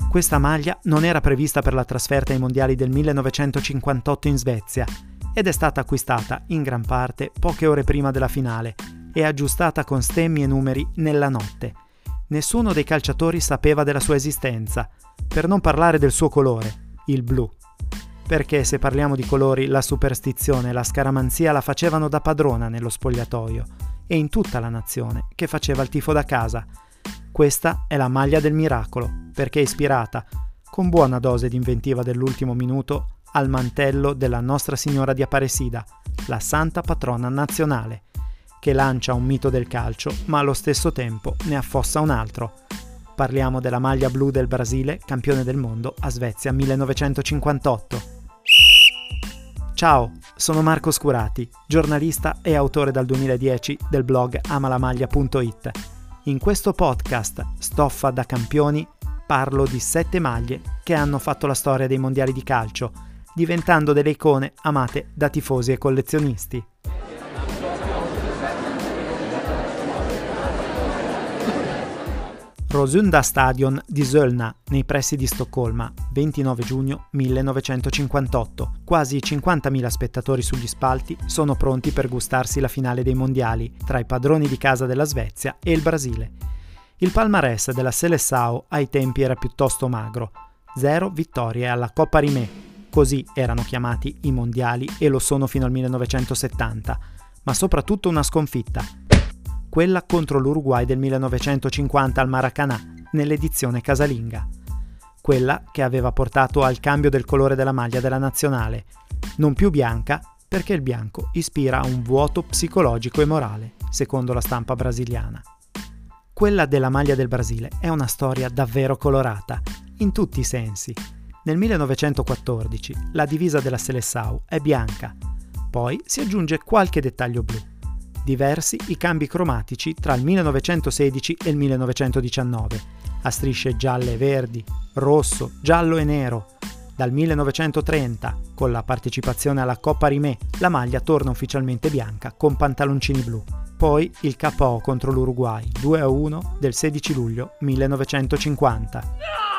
Questa maglia non era prevista per la trasferta ai mondiali del 1958 in Svezia ed è stata acquistata in gran parte poche ore prima della finale e aggiustata con stemmi e numeri nella notte. Nessuno dei calciatori sapeva della sua esistenza, per non parlare del suo colore, il blu. Perché se parliamo di colori, la superstizione e la scaramanzia la facevano da padrona nello spogliatoio e in tutta la nazione che faceva il tifo da casa. Questa è la maglia del miracolo, perché è ispirata, con buona dose di inventiva dell'ultimo minuto, al mantello della Nostra Signora di Aparecida, la santa patrona nazionale, che lancia un mito del calcio, ma allo stesso tempo ne affossa un altro. Parliamo della maglia blu del Brasile, campione del mondo a Svezia 1958. Ciao, sono Marco Scurati, giornalista e autore dal 2010 del blog amalamaglia.it. In questo podcast, Stoffa da campioni, parlo di 7 maglie che hanno fatto la storia dei mondiali di calcio, diventando delle icone amate da tifosi e collezionisti. Rosunda Stadion di Solna, nei pressi di Stoccolma, 29 giugno 1958. Quasi 50.000 spettatori sugli spalti sono pronti per gustarsi la finale dei mondiali tra i padroni di casa della Svezia e il Brasile. Il palmarès della Seleção ai tempi era piuttosto magro. 0 vittorie alla Coppa Rimé, così erano chiamati i mondiali e lo sono fino al 1970, ma soprattutto una sconfitta. Quella contro l'Uruguay del 1950 al Maracanã, nell'edizione casalinga. Quella che aveva portato al cambio del colore della maglia della nazionale, non più bianca, perché il bianco ispira a un vuoto psicologico e morale, secondo la stampa brasiliana. Quella della maglia del Brasile è una storia davvero colorata, in tutti i sensi. Nel 1914 la divisa della Seleção è bianca, poi si aggiunge qualche dettaglio blu. Diversi i cambi cromatici tra il 1916 e il 1919, a strisce gialle e verdi, rosso, giallo e nero. Dal 1930, con la partecipazione alla Coppa Rimé, la maglia torna ufficialmente bianca con pantaloncini blu. Poi il KO contro l'Uruguay 2-1 del 16 luglio 1950.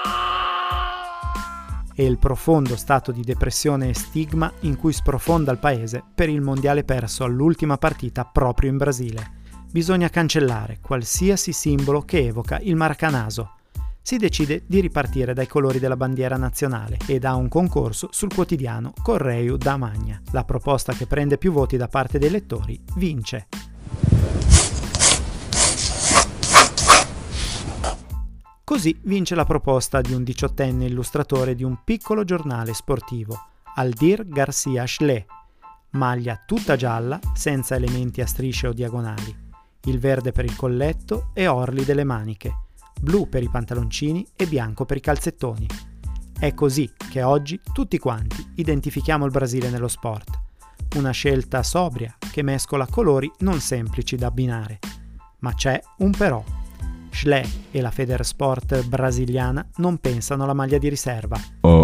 E il profondo stato di depressione e stigma in cui sprofonda il paese per il mondiale perso all'ultima partita proprio in Brasile. Bisogna cancellare qualsiasi simbolo che evoca il maracanazo. Si decide di ripartire dai colori della bandiera nazionale e da un concorso sul quotidiano Correio da Manha. La proposta che prende più voti da parte dei lettori vince. Così vince la proposta di un 18enne illustratore di un piccolo giornale sportivo, Aldir Garcia Schlé. Maglia tutta gialla, senza elementi a strisce o diagonali. Il verde per il colletto e orli delle maniche, blu per i pantaloncini e bianco per i calzettoni. È così che oggi tutti quanti identifichiamo il Brasile nello sport. Una scelta sobria che mescola colori non semplici da abbinare. Ma c'è un però. Schlé e la Federsport brasiliana non pensano alla maglia di riserva.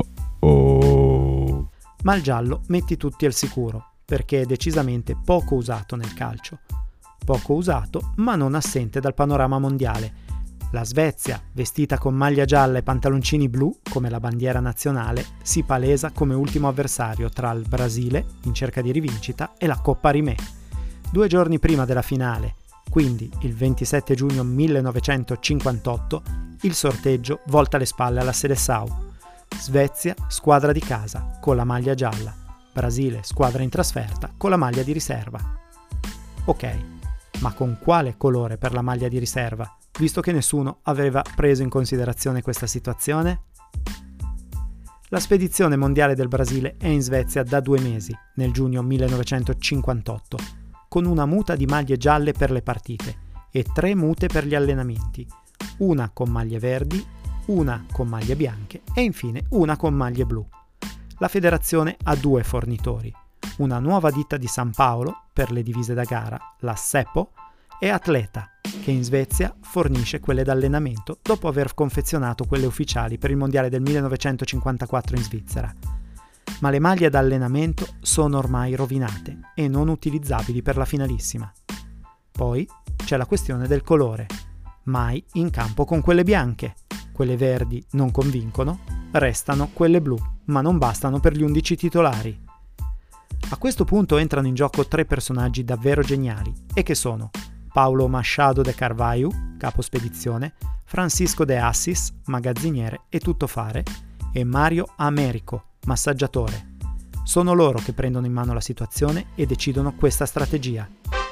Ma il giallo metti tutti al sicuro, perché è decisamente poco usato nel calcio. Poco usato, ma non assente dal panorama mondiale. La Svezia, vestita con maglia gialla e pantaloncini blu, come la bandiera nazionale, si palesa come ultimo avversario tra il Brasile, in cerca di rivincita, e la Coppa Rimé. 2 giorni prima della finale, quindi il 27 giugno 1958, il sorteggio volta le spalle alla Seleção. Svezia, squadra di casa, con la maglia gialla. Brasile, squadra in trasferta, con la maglia di riserva. Ok, ma con quale colore per la maglia di riserva, visto che nessuno aveva preso in considerazione questa situazione? La spedizione mondiale del Brasile è in Svezia da 2 mesi, nel giugno 1958, con una muta di maglie gialle per le partite e 3 mute per gli allenamenti, una con maglie verdi, una con maglie bianche e infine una con maglie blu. La federazione ha 2 fornitori, una nuova ditta di San Paolo per le divise da gara, la Seppo, e Atleta, che in Svezia fornisce quelle d'allenamento dopo aver confezionato quelle ufficiali per il mondiale del 1954 in Svizzera. Ma le maglie da allenamento sono ormai rovinate e non utilizzabili per la finalissima. Poi c'è la questione del colore. Mai in campo con quelle bianche. quelle verdi non convincono, restano quelle blu, ma non bastano per gli 11 titolari. A questo punto entrano in gioco 3 personaggi davvero geniali, e che sono Paulo Machado de Carvalho, capo spedizione, Francisco de Assis, magazziniere e tuttofare, e Mario Américo, massaggiatore. Sono loro che prendono in mano la situazione e decidono questa strategia.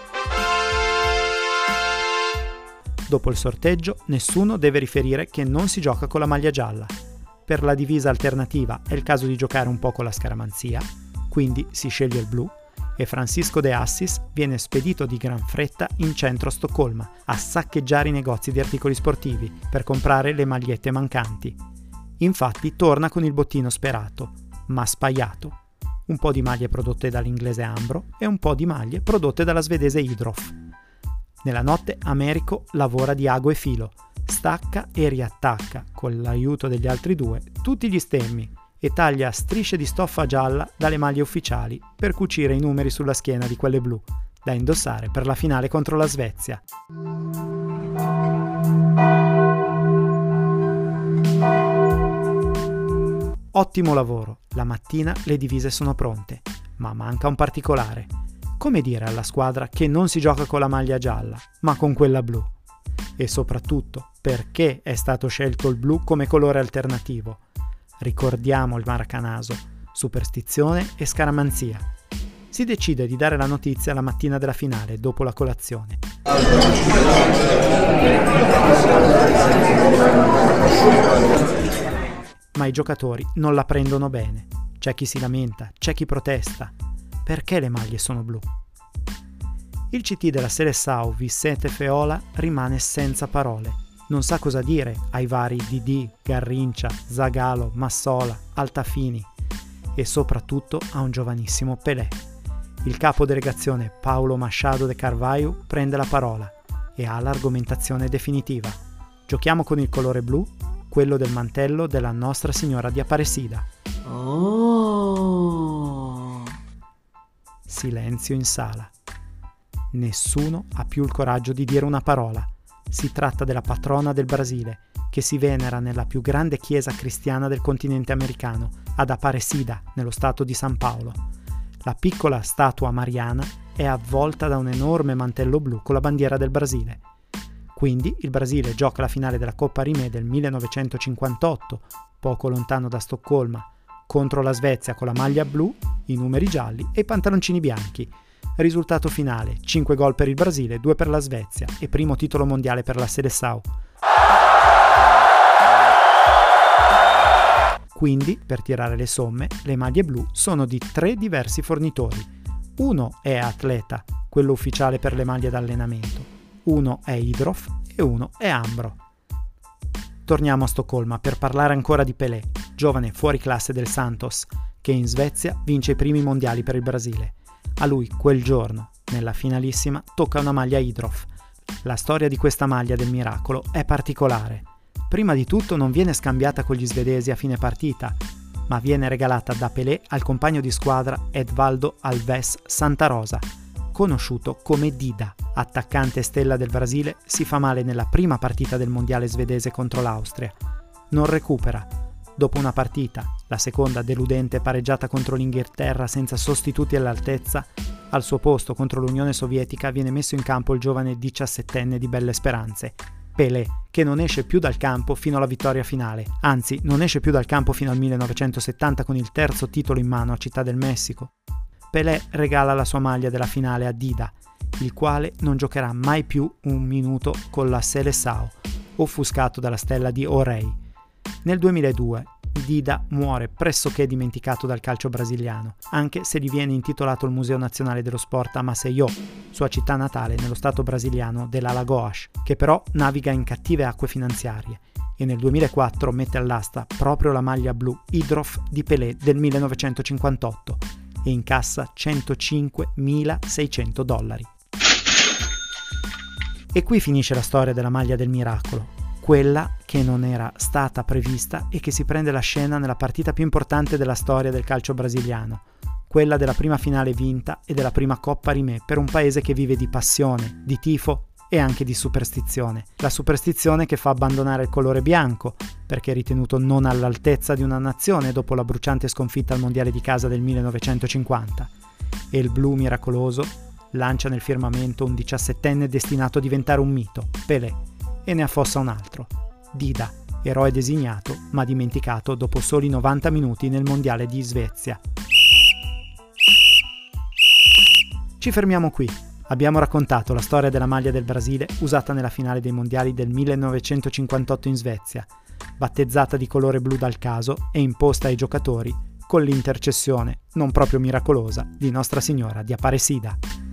Dopo il sorteggio, nessuno deve riferire che non si gioca con la maglia gialla. Per la divisa alternativa è il caso di giocare un po' con la scaramanzia, quindi si sceglie il blu, e Francisco de Assis viene spedito di gran fretta in centro a Stoccolma a saccheggiare i negozi di articoli sportivi per comprare le magliette mancanti. Infatti torna con il bottino sperato, ma spaiato. Un po' di maglie prodotte dall'inglese Ambro e un po' di maglie prodotte dalla svedese Hydrof. Nella notte Américo lavora di ago e filo, stacca e riattacca, con l'aiuto degli altri 2, tutti gli stemmi e taglia strisce di stoffa gialla dalle maglie ufficiali per cucire i numeri sulla schiena di quelle blu, da indossare per la finale contro la Svezia. Ottimo lavoro, la mattina le divise sono pronte, ma manca un particolare. Come dire alla squadra che non si gioca con la maglia gialla, ma con quella blu? E soprattutto, perché è stato scelto il blu come colore alternativo? Ricordiamo il maracanaso, superstizione e scaramanzia. Si decide di dare la notizia la mattina della finale, dopo la colazione. Ma i giocatori non la prendono bene. C'è chi si lamenta, c'è chi protesta. Perché le maglie sono blu? Il CT della Seleção Vicente Feola rimane senza parole. Non sa cosa dire ai vari Didi, Garrincha, Zagallo, Massola, Altafini e soprattutto a un giovanissimo Pelé. Il capo delegazione Paulo Machado de Carvalho prende la parola e ha l'argomentazione definitiva. Giochiamo con il colore blu, quello del mantello della Nostra Signora di Aparecida. Oh. Silenzio in sala. Nessuno ha più il coraggio di dire una parola. Si tratta della patrona del Brasile, che si venera nella più grande chiesa cristiana del continente americano, ad Aparecida, nello stato di San Paolo. La piccola statua mariana è avvolta da un enorme mantello blu con la bandiera del Brasile. Quindi il Brasile gioca la finale della Coppa Rimè del 1958, poco lontano da Stoccolma, contro la Svezia con la maglia blu, i numeri gialli e i pantaloncini bianchi. Risultato finale: 5 gol per il Brasile, 2 per la Svezia e primo titolo mondiale per la Seleção. Quindi, per tirare le somme, le maglie blu sono di 3 diversi fornitori. Uno è Atleta, quello ufficiale per le maglie d'allenamento. Uno è Hydrof e uno è Ambro. Torniamo a Stoccolma per parlare ancora di Pelé, giovane fuoriclasse del Santos, che in Svezia vince i primi mondiali per il Brasile. A lui quel giorno, nella finalissima, tocca una maglia Hydrof. La storia di questa maglia del miracolo è particolare. Prima di tutto non viene scambiata con gli svedesi a fine partita, ma viene regalata da Pelé al compagno di squadra Edvaldo Alves Santarosa, conosciuto come Dida. Attaccante stella del Brasile, si fa male nella prima partita del mondiale svedese contro l'Austria. Non recupera. Dopo una partita, la seconda deludente pareggiata contro l'Inghilterra senza sostituti all'altezza, al suo posto contro l'Unione Sovietica viene messo in campo il giovane 17enne di belle speranze, Pelé, che non esce più dal campo fino alla vittoria finale, anzi non esce più dal campo fino al 1970 con il terzo titolo in mano a Città del Messico. Pelé regala la sua maglia della finale a Dida, il quale non giocherà mai più un minuto con la Seleção, offuscato dalla stella di O'Reilly. Nel 2002 Dida muore pressoché dimenticato dal calcio brasiliano, anche se gli viene intitolato il Museo Nazionale dello Sport a Maceió, sua città natale nello stato brasiliano dell'Alagoas, che però naviga in cattive acque finanziarie e nel 2004 mette all'asta proprio la maglia blu Hydrof di Pelé del 1958 e incassa $105.600. E qui finisce la storia della maglia del miracolo, quella che non era stata prevista e che si prende la scena nella partita più importante della storia del calcio brasiliano, quella della prima finale vinta e della prima Coppa Rimè per un paese che vive di passione, di tifo e anche di superstizione. La superstizione che fa abbandonare il colore bianco, perché è ritenuto non all'altezza di una nazione dopo la bruciante sconfitta al mondiale di casa del 1950. E il blu miracoloso lancia nel firmamento un 17enne destinato a diventare un mito, Pelé, e ne affossa un altro, Dida, eroe designato ma dimenticato dopo soli 90 minuti nel mondiale di Svezia. Ci fermiamo qui. Abbiamo raccontato la storia della maglia del Brasile usata nella finale dei mondiali del 1958 in Svezia, battezzata di colore blu dal caso e imposta ai giocatori con l'intercessione, non proprio miracolosa, di Nostra Signora di Aparecida.